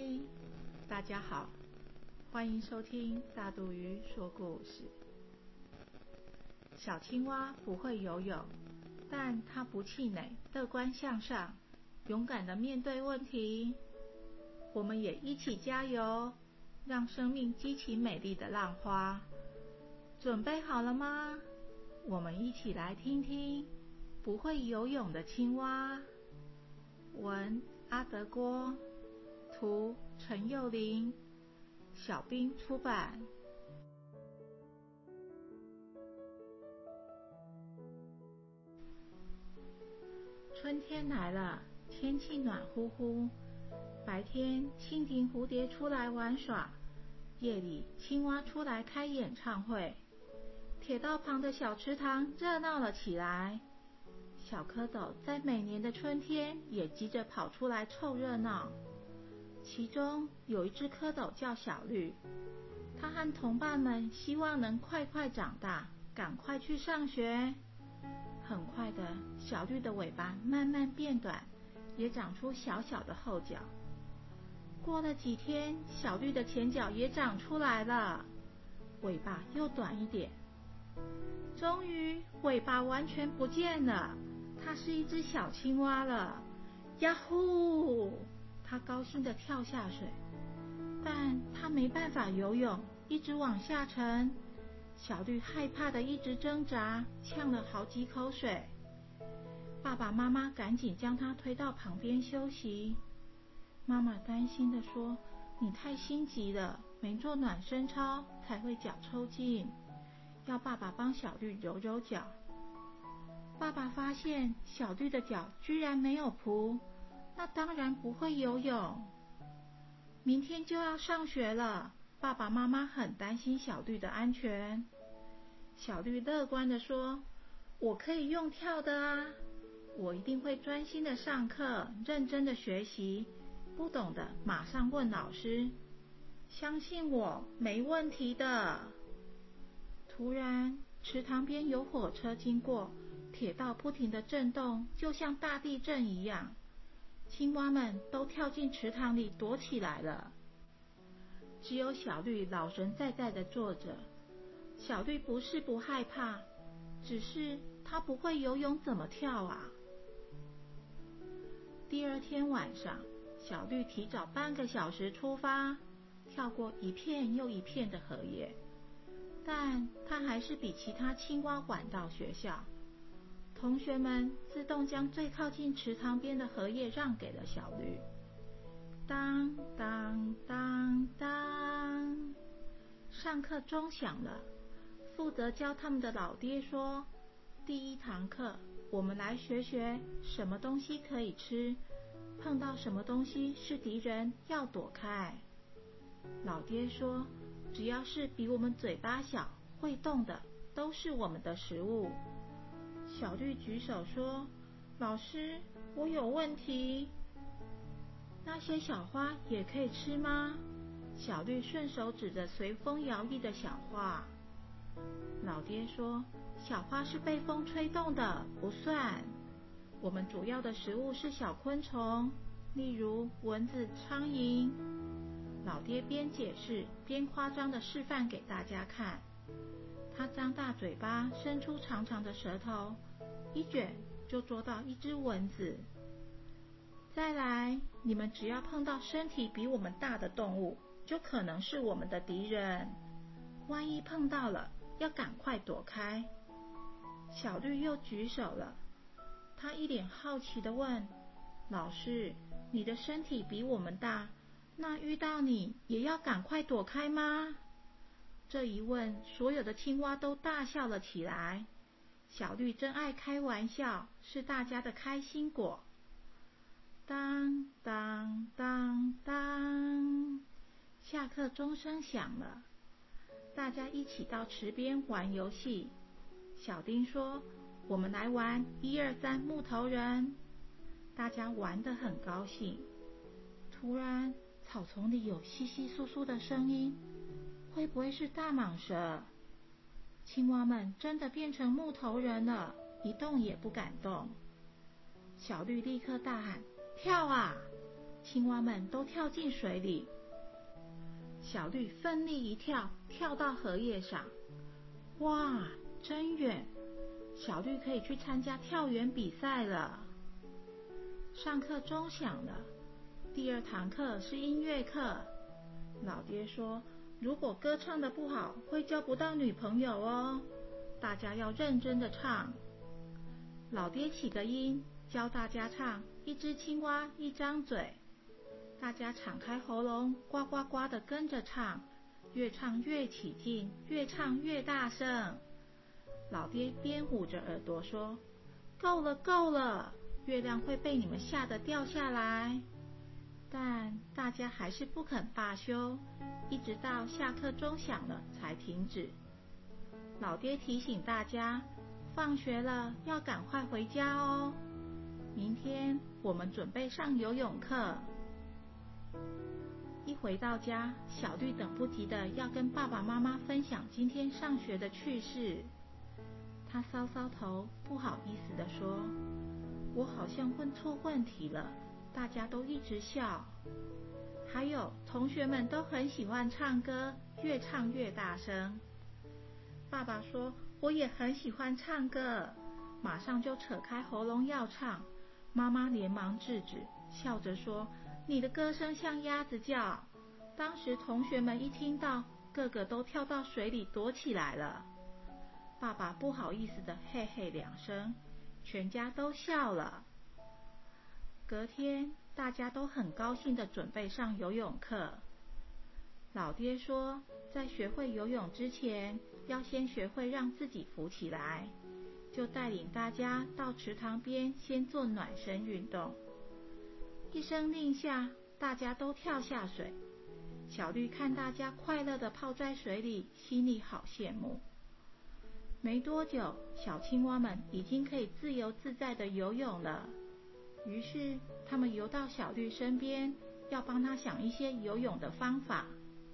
嗨，大家好，欢迎收听大肚鱼说故事。小青蛙不会游泳，但它不气馁，乐观向上，勇敢地面对问题。我们也一起加油，让生命激起美丽的浪花。准备好了吗？我们一起来听听不会游泳的青蛙。文阿德郭，图陈幼玲，小兵出版。春天来了，天气暖乎乎，白天蜻蜓蝴蝶出来玩耍，夜里青蛙出来开演唱会。铁道旁的小池塘热闹了起来，小蝌蚪在每年的春天也急着跑出来凑热闹。其中有一只蝌蚪叫小绿，它和同伴们希望能快快长大，赶快去上学。很快的，小绿的尾巴慢慢变短，也长出小小的后脚。过了几天，小绿的前脚也长出来了，尾巴又短一点。终于，尾巴完全不见了，它是一只小青蛙了。呀呼！它高兴地跳下水，但它没办法游泳，一直往下沉。小绿害怕的一直挣扎，呛了好几口水。爸爸妈妈赶紧将它推到旁边休息。妈妈担心地说：“你太心急了，没做暖身操才会脚抽筋。”要爸爸帮小绿揉揉脚。爸爸发现小绿的脚居然没有蹼，那当然不会游泳。明天就要上学了，爸爸妈妈很担心小绿的安全。小绿乐观地说：“我可以用跳的啊，我一定会专心的上课，认真的学习，不懂的马上问老师，相信我，没问题的。”突然，池塘边有火车经过，铁道不停地震动，就像大地震一样。青蛙们都跳进池塘里躲起来了。只有小绿老神在在地坐着。小绿不是不害怕，只是它不会游泳，怎么跳啊？第二天晚上，小绿提早半个小时出发，跳过一片又一片的荷叶。但它还是比其他青蛙晚到学校。同学们自动将最靠近池塘边的荷叶让给了小绿。当当当当，上课钟响了。负责教他们的老爹说：“第一堂课，我们来学学什么东西可以吃，碰到什么东西是敌人要躲开。”老爹说：“只要是比我们嘴巴小、会动的，都是我们的食物。”小绿举手说：“老师，我有问题。那些小花也可以吃吗？”小绿顺手指着随风摇曳的小花。老爹说：“小花是被风吹动的，不算。我们主要的食物是小昆虫，例如蚊子、苍蝇。”老爹边解释边夸张地示范给大家看。他张大嘴巴，伸出长长的舌头，一卷就捉到一只蚊子。再来，你们只要碰到身体比我们大的动物，就可能是我们的敌人。万一碰到了，要赶快躲开。小绿又举手了，他一脸好奇地问：“老师，你的身体比我们大，那遇到你也要赶快躲开吗？”这一问，所有的青蛙都大笑了起来。小绿真爱开玩笑，是大家的开心果。当当当当，下课钟声响了，大家一起到池边玩游戏。小丁说：“我们来玩1、2、3木头人。”大家玩得很高兴。突然，草丛里有窸窸窣窣的声音，会不会是大蟒蛇？青蛙们真的变成木头人了，一动也不敢动。小绿立刻大喊：“跳啊！” 青蛙们都跳进水里。小绿奋力一跳，跳到荷叶上。哇，真远！小绿可以去参加跳远比赛了。上课钟响了，第2堂课是音乐课。老爹说，如果歌唱得不好，会交不到女朋友哦，大家要认真的唱。老爹起个音，教大家唱一只青蛙一张嘴。大家敞开喉咙，呱呱呱地跟着唱，越唱越起劲，越唱越大声。老爹边捂着耳朵说，够了够了，月亮会被你们吓得掉下来。但大家还是不肯罢休，一直到下课钟响了才停止。老爹提醒大家，放学了要赶快回家哦，明天我们准备上游泳课。一回到家，小绿等不及的要跟爸爸妈妈分享今天上学的趣事。他搔搔头，不好意思地说，我好像问错问题了，大家都一直笑。还有同学们都很喜欢唱歌，越唱越大声。爸爸说，我也很喜欢唱歌，马上就扯开喉咙要唱。妈妈连忙制止，笑着说，你的歌声像鸭子叫。当时同学们一听到，个个都跳到水里躲起来了。爸爸不好意思的嘿嘿2声，全家都笑了。隔天，大家都很高兴的准备上游泳课。老爹说，在学会游泳之前，要先学会让自己浮起来，就带领大家到池塘边先做暖身运动。一声令下，大家都跳下水。小绿看大家快乐地泡在水里，心里好羡慕。没多久，小青蛙们已经可以自由自在地游泳了。于是，他们游到小绿身边，要帮他想一些游泳的方法。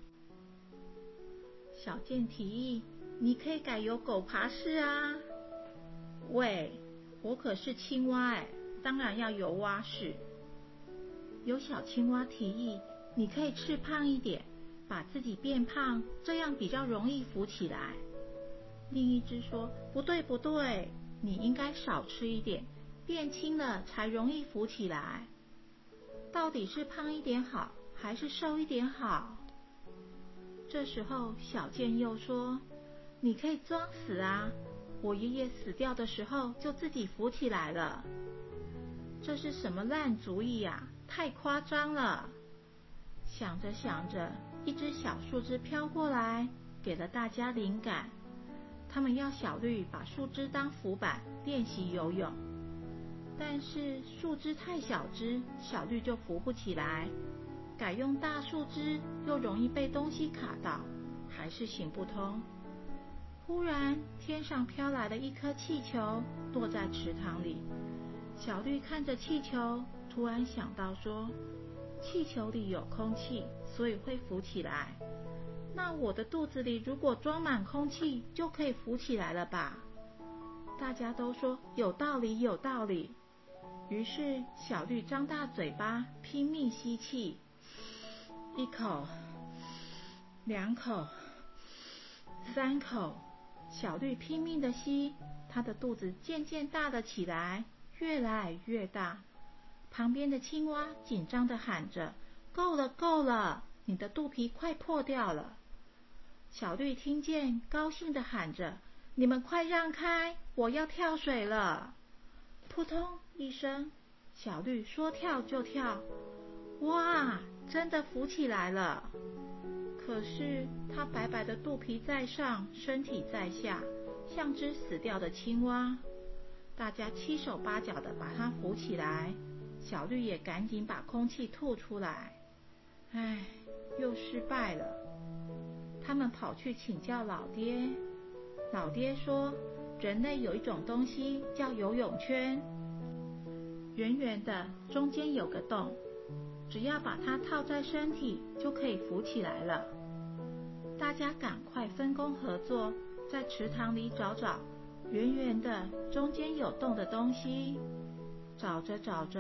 小健提议，你可以改游狗爬式啊。喂，我可是青蛙哎，当然要游蛙式。有小青蛙提议，你可以吃胖一点，把自己变胖，这样比较容易浮起来。另一只说，不对不对，你应该少吃一点，变轻了才容易浮起来。到底是胖一点好，还是瘦一点好？这时候小健又说，你可以装死啊，我爷爷死掉的时候就自己浮起来了。这是什么烂主意啊，太夸张了。想着想着，一只小树枝飘过来，给了大家灵感。他们要小绿把树枝当浮板练习游泳，但是树枝太小枝，小绿就浮不起来。改用大树枝又容易被东西卡到，还是行不通。忽然天上飘来了一颗气球，落在池塘里。小绿看着气球，突然想到说，气球里有空气，所以会浮起来。那我的肚子里如果装满空气，就可以浮起来了吧？大家都说有道理有道理。于是小绿张大嘴巴，拼命吸气，1口2口3口，小绿拼命的吸，它的肚子渐渐大了起来，越来越大。旁边的青蛙紧张地喊着，够了够了，你的肚皮快破掉了。小绿听见，高兴地喊着，你们快让开，我要跳水了。扑通一声，小绿说跳就跳，哇，真的浮起来了。可是它白白的肚皮在上，身体在下，像只死掉的青蛙。大家七手八脚的把它扶起来，小绿也赶紧把空气吐出来。唉，又失败了。他们跑去请教老爹。老爹说，人类有一种东西叫游泳圈，圆圆的，中间有个洞，只要把它套在身体，就可以浮起来了。大家赶快分工合作，在池塘里找找圆圆的，中间有洞的东西。找着找着，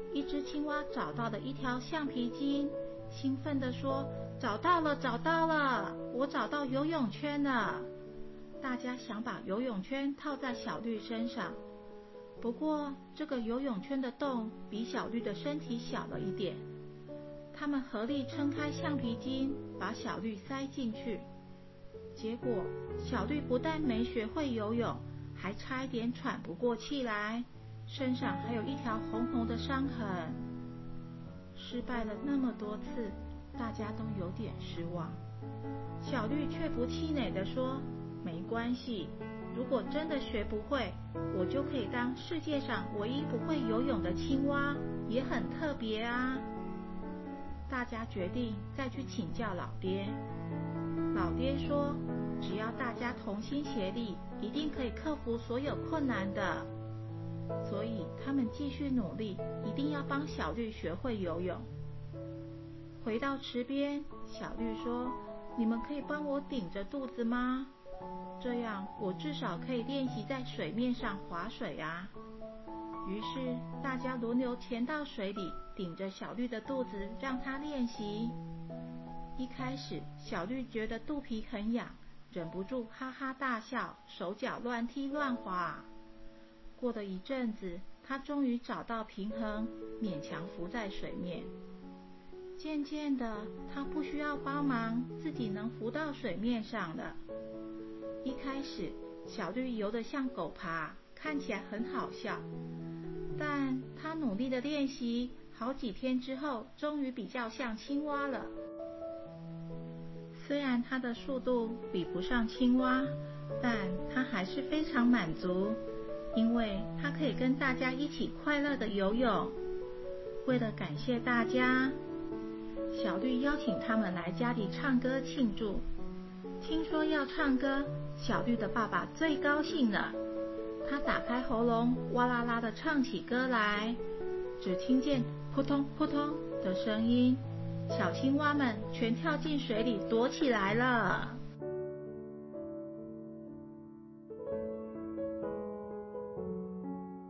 一只青蛙找到了一条橡皮筋，兴奋地说：找到了，找到了，我找到游泳圈了。大家想把游泳圈套在小绿身上，不过这个游泳圈的洞比小绿的身体小了一点。他们合力撑开橡皮筋，把小绿塞进去。结果小绿不但没学会游泳，还差一点喘不过气来，身上还有一条红红的伤痕。失败了那么多次，大家都有点失望。小绿却不气馁地说：没关系，如果真的学不会，我就可以当世界上唯一不会游泳的青蛙，也很特别啊。大家决定再去请教老爹。老爹说，只要大家同心协力，一定可以克服所有困难的。所以他们继续努力，一定要帮小绿学会游泳。回到池边，小绿说：你们可以帮我顶着肚子吗？这样我至少可以练习在水面上划水啊。于是大家轮流潜到水里，顶着小绿的肚子让它练习。一开始小绿觉得肚皮很痒，忍不住哈哈大笑，手脚乱踢乱滑。过了一阵子，它终于找到平衡，勉强浮在水面。渐渐的，它不需要帮忙，自己能浮到水面上了。一开始小绿游得像狗爬，看起来很好笑，但它努力的练习，好几天之后，终于比较像青蛙了。虽然它的速度比不上青蛙，但它还是非常满足，因为它可以跟大家一起快乐的游泳。为了感谢大家，小绿邀请他们来家里唱歌庆祝。听说要唱歌，小绿的爸爸最高兴了。他打开喉咙，哇啦啦地唱起歌来。只听见扑通扑通的声音，小青蛙们全跳进水里躲起来了。